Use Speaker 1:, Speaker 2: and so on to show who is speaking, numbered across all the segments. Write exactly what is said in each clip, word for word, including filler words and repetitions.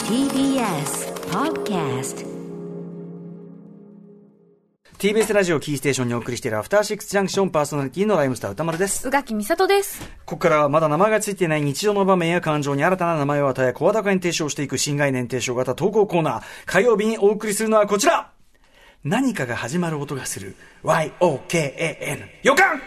Speaker 1: ティービーエス Podcast。
Speaker 2: ティービーエス ラジオキーステーションにお送りしているアフターシックスジャンクション、パーソナリティのライムスター歌丸です。
Speaker 3: 宇垣美里です。
Speaker 2: ここからはまだ名前がついていない日常の場面や感情に新たな名前を与え、声高に提唱していく新概念提唱型投稿コーナー。火曜日にお送りするのはこちら、何かが始まる音がする ワイオーケーエーエヌ 予感。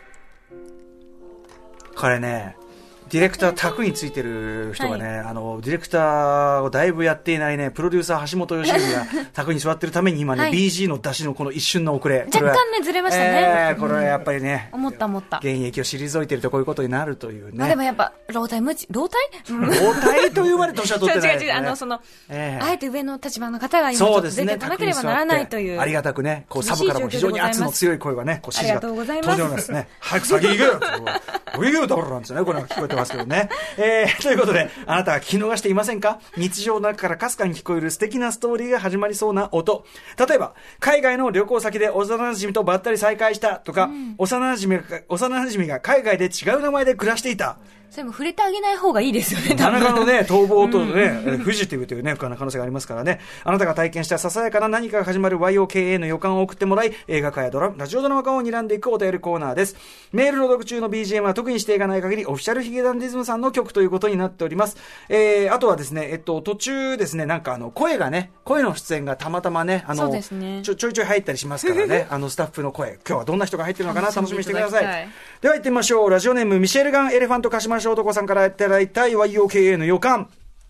Speaker 2: これね、ディレクター卓についてる人がね、はい、あのディレクターをだいぶやっていないね、プロデューサー橋本良文が卓に座ってるために今ね、はい、ビージー の出しのこの一瞬の遅れ、
Speaker 3: 若干ねずれましたね、
Speaker 2: えー、これはやっぱりね、
Speaker 3: うん、思った思った
Speaker 2: 現役を退いてるとこういうことになるというね。
Speaker 3: まあ、でもやっぱ老体無知、老体
Speaker 2: 老体というまで年は取ってないです、ね、
Speaker 3: 違う違う、あのその、えー、あえて上の立場の方が今ちょっと出てこなければならないという、
Speaker 2: ありがたくね、こうサブからも非常に圧の強い声がね、こう指示が
Speaker 3: 飛んでおります
Speaker 2: ね。早く先行けよおいよだろなんですね、これは聞こえてますけどね。えー、ということで、あなたは聞き逃していませんか？日常の中からかすかに聞こえる素敵なストーリーが始まりそうな音。例えば、海外の旅行先で幼馴染とばったり再会したとか、うん、幼馴染が、幼馴染が海外で違う名前で暮らしていた。
Speaker 3: それも触れてあげない方がいいですよね。
Speaker 2: なかなかのね、逃亡とね、うん、フジティブというね、可能性がありますからね。あなたが体験したささやかな何かが始まる ワイオーケーエー の予感を送ってもらい、映画化やドララジオドラマ化を睨んでいくお便りコーナーです。メールの読中の ビージーエム は特に指定がない限り、オフィシャルヒゲダンディズムさんの曲ということになっております。えー、あとはですね、えっと、途中ですね、なんかあの、声がね、声の出演がたまたまね、あの、
Speaker 3: そうですね、
Speaker 2: ちょ、ちょいちょい入ったりしますからね、あの、スタッフの声、今日はどんな人が入ってるのかな、楽しみにしてください。いでは行ってみましょう。ラジオネーム、ミシェルガン・エレファント鹿島市男さんからいただいた ワイオーケーエー の予感。やっ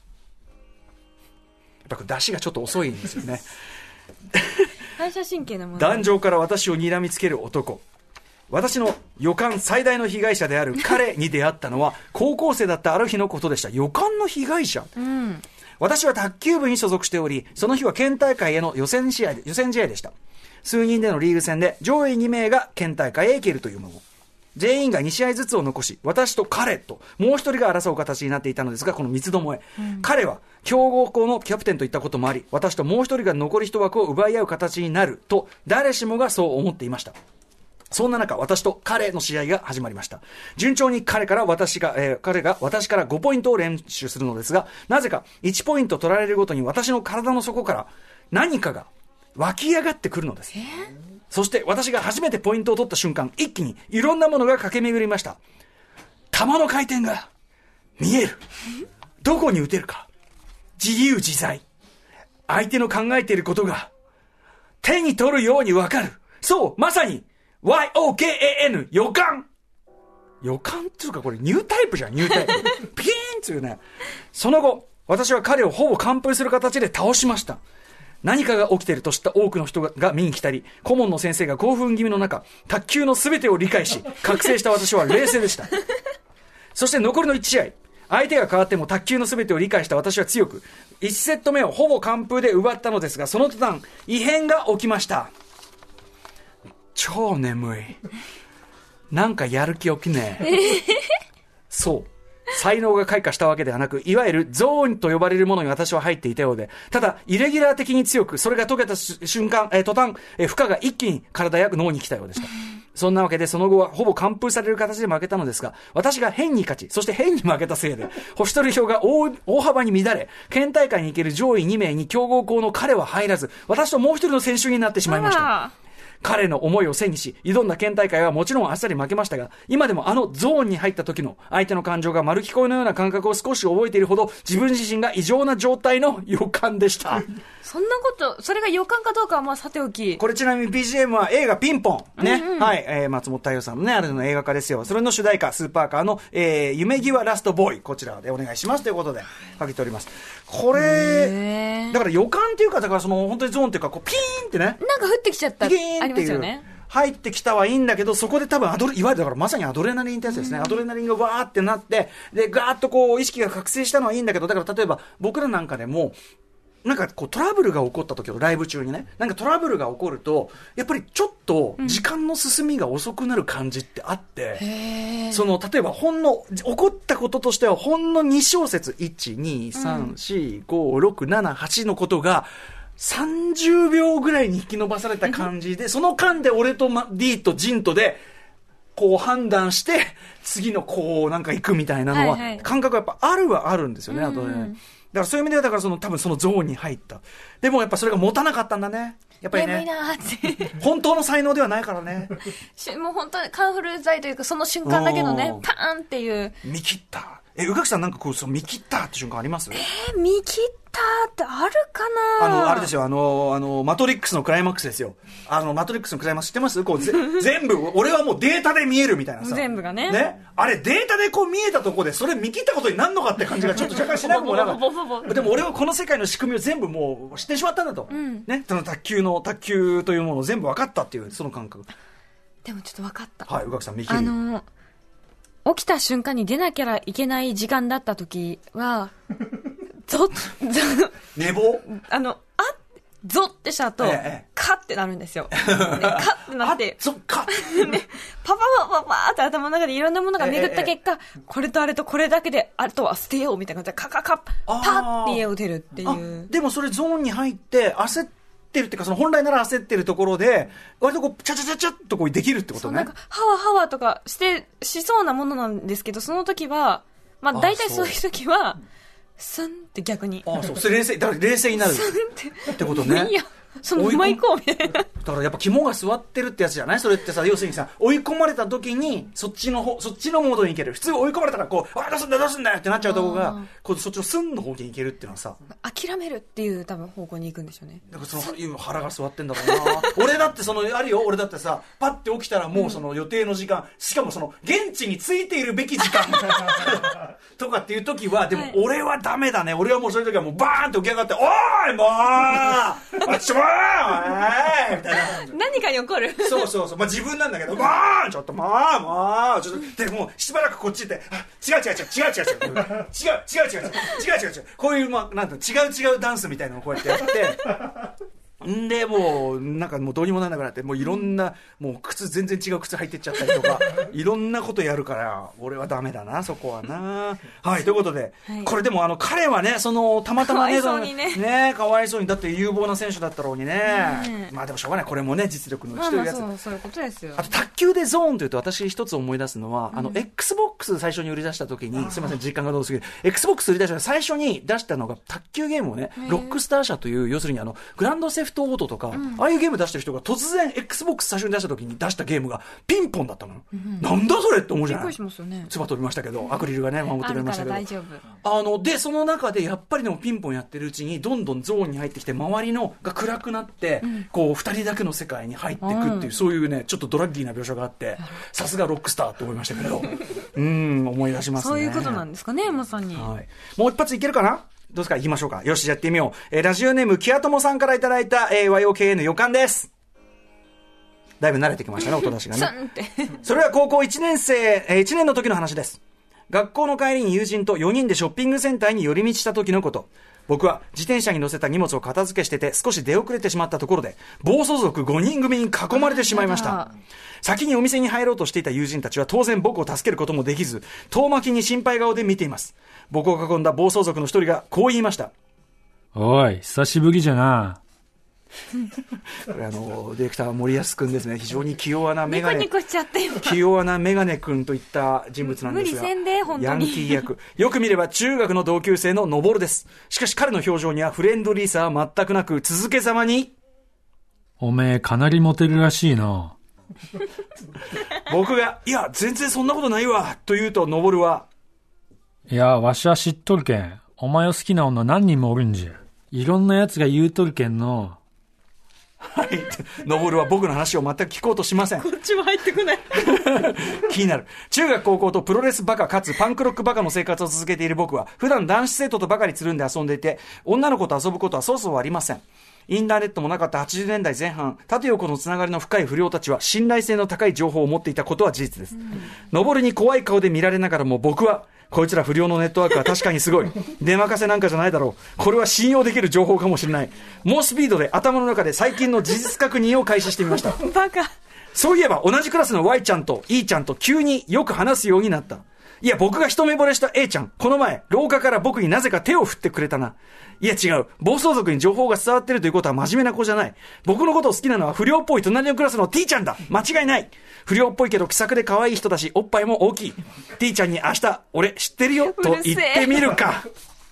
Speaker 2: ぱこれ出しがちょっと遅いんですよね。
Speaker 3: 反射神経の問題。
Speaker 2: 壇上から私を睨みつける男。私の予感最大の被害者である彼に出会ったのは高校生だったある日のことでした。予感の被害者、うん、私は卓球部に所属しており、その日は県大会への予選試合で、予選試合でした。数人でのリーグ戦で上位に名が県大会へ行けるというもの。全員がに試合ずつを残し、私と彼ともう一人が争う形になっていたのですが、この三つどもえ、うん、彼は強豪校のキャプテンといったこともあり、私ともう一人が残り一枠を奪い合う形になると誰しもがそう思っていました。そんな中、私と彼の試合が始まりました。順調に彼から私が、えー、彼が私からごポイントを連取するのですが、なぜかいちポイント取られるごとに私の体の底から何かが湧き上がってくるのです。えーそして私が初めてポイントを取った瞬間、一気にいろんなものが駆け巡りました。球の回転が見える。どこに打てるか。自由自在。相手の考えていることが手に取るようにわかる。そう、まさに ワイオーケーエーエヌ 予感。予感っていうかこれニュータイプじゃん、ニュータイプ。ピーンっていうね。その後、私は彼をほぼ完封する形で倒しました。何かが起きていると知った多くの人が見に来たり、顧問の先生が興奮気味の中、卓球の全てを理解し、覚醒した私は冷静でした。そして残りのいち試合、相手が変わっても卓球の全てを理解した私は強く、いちセット目をほぼ完封で奪ったのですが、その途端、異変が起きました。超眠い。なんかやる気起きねえ。そう。才能が開花したわけではなく、いわゆるゾーンと呼ばれるものに私は入っていたようで、ただイレギュラー的に強く、それが解けた瞬間、えー、途端、えー、負荷が一気に体や脳に来たようでした。そんなわけでその後はほぼ完封される形で負けたのですが、私が変に勝ち、そして変に負けたせいで星取り票が 大, 大幅に乱れ、県大会に行ける上位に名に強豪校の彼は入らず、私ともう一人の選手になってしまいました。彼の思いを背にし、挑んだ県大会はもちろんあっさり負けましたが、今でもあのゾーンに入った時の相手の感情が丸聞こえのような感覚を少し覚えているほど、自分自身が異常な状態の予感でした。
Speaker 3: そんなこと、それが予感かどうかはまあさておき。
Speaker 2: これちなみに ビージーエム は映画ピンポン。ね。うんうん、はい。えー、松本太陽さんのね、あれの映画化ですよ。それの主題歌、スーパーカーの、えー、夢際ラストボーイ。こちらでお願いしますということで、かけております。これ、だから予感っていうか、だからその本当にゾーンっていうか、こうピーンってね。
Speaker 3: なんか降ってきちゃった。
Speaker 2: ピーンっていう。
Speaker 3: ありますよね。
Speaker 2: 入ってきたはいいんだけど、そこで多分アドレ、いわゆるだからまさにアドレナリンってやつですね。アドレナリンがわーってなって、で、ガーッとこう意識が覚醒したのはいいんだけど、だから例えば僕らなんかでも、なんかこうトラブルが起こった時のライブ中にね、なんかトラブルが起こると、やっぱりちょっと時間の進みが遅くなる感じってあって、うん、その例えばほんの、起こったこととしてはほんのに小節、いち、に、さん、よん、ご、ろく、なな、はちのことが、さんじゅうびょうぐらいに引き伸ばされた感じで、その間で俺と D とジンとでこう判断して次のこうなんか行くみたいなのは、はいはい、感覚がやっぱあるはあるんですよね、うんうん、あとね。だからそういう意味ではだからその多分そのゾーンに入った。でもやっぱそれが持たなかったんだね。やっぱりね。
Speaker 3: 眠いなーって
Speaker 2: 本当の才能ではないからね。
Speaker 3: もう本当にカンフル剤というかその瞬間だけのねパーンっていう
Speaker 2: 見切った。え、宇垣さんなんかこうそう見切ったって瞬間あります？
Speaker 3: えー、見切ったってあるかな。
Speaker 2: あのあれですよ、あのあのマトリックスのクライマックスですよ。あのマトリックスのクライマックス知ってます？こうぜ全部俺はもうデータで見えるみたいなさ。
Speaker 3: 全部がね。
Speaker 2: ね、あれデータでこう見えたところでそれ見切ったことになるのかって感じがちょっと若干しなくもなかった。でも俺はこの世界の仕組みを全部もう知ってしまったんだと。うん、ね、その卓球の卓球というものを全部分かったっていうその感覚。
Speaker 3: でもちょっと分かった。
Speaker 2: はい、宇垣さん見切る。
Speaker 3: あのー起きた瞬間に出なきゃいけない時間だった時は、ゾッ、
Speaker 2: 寝坊
Speaker 3: あの、あゾッってした後、ええ、カッってなるんですよ。でカッってなって、
Speaker 2: ゾッカ
Speaker 3: ッね、パパパパパーって頭の中でいろんなものが巡った結果、ええ、これとあれとこれだけで、あとは捨てようみたいな感じで、カカカッ、パッって家を出るっていう。
Speaker 2: でもそれゾーンに入って焦って、ってるっていうかその本来なら焦ってるところで割とこうチャチャチャチャっとこうできるってことね。
Speaker 3: なんかハワハワとかしてしそうなものなんですけど、その時はまあ大体そういう時はスンって逆に
Speaker 2: あそうそれ冷静だから冷静になる
Speaker 3: スンって
Speaker 2: ってことね。
Speaker 3: いやそのまま行こうみたいな。だ
Speaker 2: からやっぱ肝が座ってるってやつじゃない？それってさ、要するにさ、追い込まれた時にそっちの方そっちのモードに行ける。普通追い込まれたらこうあどうすんだよどうすんだよってなっちゃうとこがこうそっちのスンの方に行けるっていうのはさ、
Speaker 3: 諦めるっていう多分方向に行くんでしょうね。
Speaker 2: だからその今腹が座ってんだろうな。俺だってそのあるよ。俺だってさパッて起きたらもうその予定の時間、うん、しかもその現地についているべき時間とかっていう時はでも俺はダメだね。俺はもうそういう時はもうバーンって起き上がっておーいもうあっちもーみたいな
Speaker 3: 何かに怒る。
Speaker 2: そうそうそう、まあ、自分なんだけど、もうちょっともうもうちょっとでもうしばらくこっちで違う違う違う違う違う違う違う違う違う違う違う違う違うこういうまあなんて違う違うダンスみたいなのをこうやってやってんでもうなんかもうどうにもならなくなってもういろんなもう靴全然違う靴履いてっちゃったりとかいろんなことやるから俺はダメだなそこはな。はいということで、はい、これでもあの彼はねそのたまたまね
Speaker 3: かわいそうにね
Speaker 2: ねかわいそうにだって有望な選手だったろうにね、ねまあでもしょうがないこれもね実力のうちというやつ、
Speaker 3: まあ、まあそう、そういうことですよ。
Speaker 2: あと卓球でゾーンというと私一つ思い出すのは、うん、あの Xbox 最初に売り出した時にすいません時間がどうすぎる Xbox 売り出した最初に出したのが卓球ゲームをねロックスター社という要するにあのグランドセフトオートとか、うんああいうゲーム出してる人が突然 Xbox 最初に出した時に出したゲームがピンポンだったの、うん、なんだそれって思うじゃない。
Speaker 3: びっくりしますよね。
Speaker 2: 唾飛びましたけどアクリルがね守ってくれましたけど
Speaker 3: あるから大丈夫。
Speaker 2: あのでその中でやっぱりでもピンポンやってるうちにどんどんゾーンに入ってきて周りのが暗くなって、うん、こうふたりだけの世界に入っていくっていう、うん、そういうねちょっとドラッギーな描写があってさすがロックスターって思いましたけどうん思い出しますね。
Speaker 3: そういうことなんですかねまさに、
Speaker 2: はい、もう一発いけるかな。どうですか行きましょうか。よしやってみよう、えー、ラジオネームキアトモさんからいただいた、えー、ワイオーケーエー の予感です。だいぶ慣れてきましたね音出しがねそれは高校いちねん生、えー、いちねんの時の話です。学校の帰りに友人とよにんでショッピングセンターに寄り道した時のこと。僕は自転車に乗せた荷物を片付けしてて少し出遅れてしまったところで暴走族ごにん組に囲まれてしまいました。先にお店に入ろうとしていた友人たちは当然僕を助けることもできず遠巻きに心配顔で見ています。僕を囲んだ暴走族の一人がこう言いました。
Speaker 4: おい久しぶりじゃな。
Speaker 2: これあのディレクター森保君ですね。非常に器用なメガネ
Speaker 3: ニコニコしちゃって
Speaker 2: 器用なメガネ君といった人物なんですが
Speaker 3: 無理せんで本当に
Speaker 2: ヤンキー役よく見れば中学の同級生のノボルです。しかし彼の表情にはフレンドリーさは全くなく続けざまに
Speaker 4: おめえかなりモテるらしいな。
Speaker 2: 僕がいや全然そんなことないわと言うとノボルはい
Speaker 4: やわしは知っとるけんお前を好きな女何人もおるんじゃ。いろんな奴が言うとるけんの。
Speaker 2: はい、ノボルは僕の話を全く聞こうとしません。
Speaker 3: こっちも入ってこない
Speaker 2: 気になる。中学高校とプロレスバカかつパンクロックバカの生活を続けている僕は普段男子生徒とばかりつるんで遊んでいて女の子と遊ぶことはそうそうありません。インターネットもなかったはちじゅうねんだいぜん半縦横のつながりの深い不良たちは信頼性の高い情報を持っていたことは事実です。ノボルに怖い顔で見られながらも僕はこいつら不良のネットワークは確かにすごい出任せなんかじゃないだろうこれは信用できる情報かもしれない猛スピードで頭の中で最近の事実確認を開始してみました。
Speaker 3: バカ。
Speaker 2: そういえば同じクラスの Y ちゃんと E ちゃんと急によく話すようになった。 いや、僕が一目惚れした A ちゃん、この前、廊下から僕になぜか手を振ってくれたな。いや違う。暴走族に情報が伝わってるということは真面目な子じゃない。僕のことを好きなのは不良っぽい隣のクラスの T ちゃんだ。間違いない。不良っぽいけど気さくで可愛い人だし、おっぱいも大きい。T ちゃんに明日、俺知ってるよ、と言ってみるか。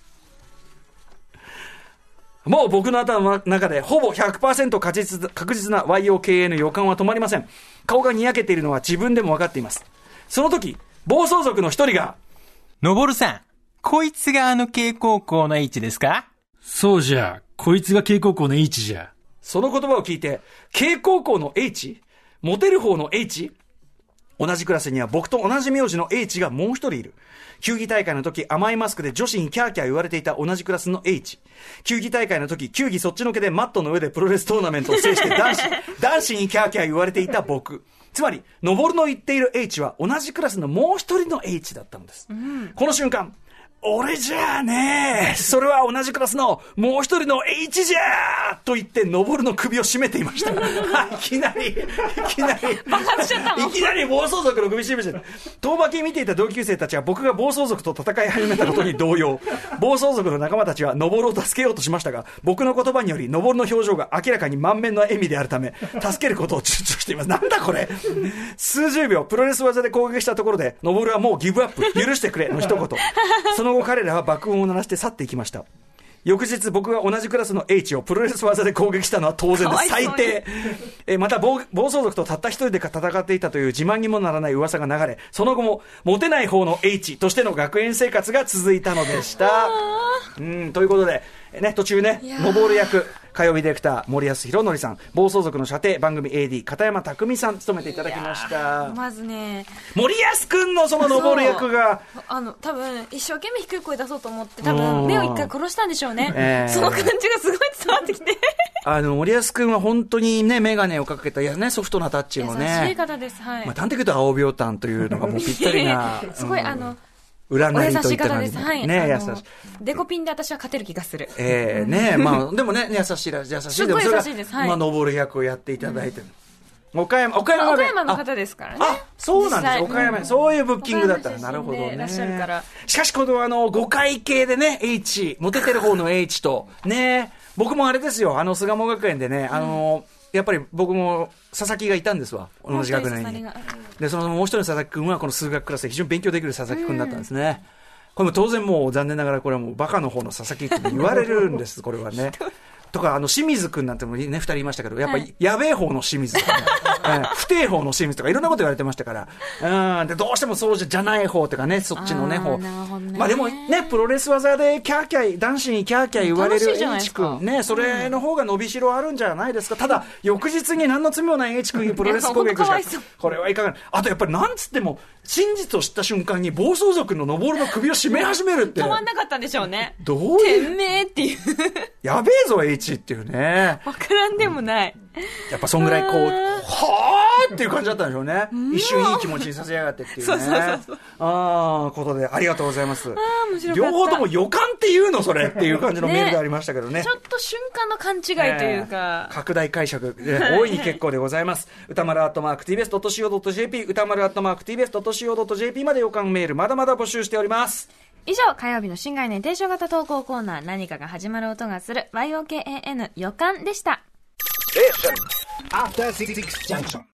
Speaker 2: もう僕の頭の中でほぼ ひゃくパーセント 確実、確実な ワイオーケーエー の予感は止まりません。顔がにやけているのは自分でも分かっています。その時、暴走族の一人が、
Speaker 5: のぼるさん、こいつがあのK高校の H ですか？
Speaker 4: そうじゃ、こいつがK高校の H じゃ。
Speaker 2: その言葉を聞いて、K高校の H？ モテる方の H？ 同じクラスには僕と同じ名字の H がもう一人いる。球技大会の時甘いマスクで女子にキャーキャー言われていた同じクラスの H。球技大会の時球技そっちのけでマットの上でプロレストーナメントを制して男子、男子にキャーキャー言われていた僕。つまり、のぼるの言っている H は同じクラスのもう一人の H だったのです。うん、この瞬間、俺じゃあねえ、それは同じクラスのもう一人の H じゃーと言ってのぼるの首を絞めていました。いきなり、いきなり、いきなり暴走族の首絞めてた。遠巻き見ていた同級生たちは僕が暴走族と戦い始めたことに動揺。暴走族の仲間たちはのぼるを助けようとしましたが、僕の言葉によりのぼるの表情が明らかに満面の笑みであるため、助けることを躊躇しています。なんだこれ。数十秒プロレス技で攻撃したところで、のぼるはもうギブアップ、許してくれの一言。その彼らは爆音を鳴らして去っていきました。翌日僕が同じクラスの H をプロレス技で攻撃したのは当然です。最低。えまた 暴, 暴走族とたった一人で戦っていたという自慢にもならない噂が流れ、その後もモテない方の H としての学園生活が続いたのでした。うんということで、ね、途中ね、のぼる役火曜日ディレクター森保博則さん、暴走族の舎弟番組 エーディー 片山匠さん務めていただきました。
Speaker 3: まずね、
Speaker 2: 森保くんのそののぼる役が
Speaker 3: あの多分一生懸命低い声出そうと思って多分目を一回殺したんでしょうね、えー、その感じがすごい伝わってきて
Speaker 2: あの森保くんは本当にねメガネをかけたや、ね、ソフトなタッチのね
Speaker 3: 優しい方です、はい。
Speaker 2: まあ、端的に言うと青病炭というのがもうぴったりな
Speaker 3: すごい、うん、あの
Speaker 2: 占いといった
Speaker 3: お優しい方です。はい。
Speaker 2: ね、優しい。
Speaker 3: デコピンで私は勝てる気がする。
Speaker 2: ええー、ね、まあ、でもね、優しいら、優しい。
Speaker 3: すごい優しいです。はい。
Speaker 2: まあ、登る役をやっていただいてる。うん、岡山、岡山
Speaker 3: 岡山の方ですからね。
Speaker 2: あ、そうなんです。岡山、うん、そういうブッキングだったら、なるほどね。
Speaker 3: いらっしゃるから。
Speaker 2: しかし、この、あの、誤解系でね、H、モテてる方の H と、ね、僕もあれですよ、あの、巣鴨学園でね、あの、うんやっぱり僕も佐々木がいたんですわ、同じ学年に。で、そのもう一人の佐々木君はこの数学クラスで非常に勉強できる佐々木君だったんですね。うん、これも当然もう残念ながらこれはもうバカの方の佐々木って言われるんです、これはね。とか、あの、清水くんなんてもね、二人いましたけど、やっぱり、やべえ方の清水とかね、えー、不定方の清水とか、いろんなこと言われてましたから、うん、で、どうしてもそうじゃない方とかね、そっちのね、方。ね、まあでもね、プロレス技でキャーキャー、男子にキャーキャー言われる H 君、ね、それの方が伸びしろあるんじゃないですか。ただ、翌日に何の罪もない H 君にプロレス攻撃をした。これはいかがない。あとやっぱりなんつっても、真実を知った瞬間に暴走族の登るの首を絞め始めるって。
Speaker 3: 止まんなかったんでしょうね。
Speaker 2: どういう。
Speaker 3: てめえっていう。
Speaker 2: やべえぞ H っていうね。
Speaker 3: わからんでもない。
Speaker 2: やっぱそんぐらいこう、はーっていう感じだったんでしょうね。一瞬いい気持ちにさせやがってっていうね。
Speaker 3: そうそうそうそう。
Speaker 2: ああ、ことでありがとうございます。
Speaker 3: ああ、面白かった。
Speaker 2: 両方とも予感っていうのそれっていう感じのメールでありましたけどね。
Speaker 3: ねちょっと瞬間の勘違いというか。
Speaker 2: えー、拡大解釈、大いに結構でございます。歌丸アットマーク ティービーエスドットシーオードットジェーピー、歌丸アットマーク ティービーエスドットシーオードットジェーピー まで予感メールまだまだ募集しております。
Speaker 3: 以上、火曜日の新概念提唱型投稿コーナー、何かが始まる音がする ワイオーケーエーエヌ 予感でした。
Speaker 6: After Six Junction.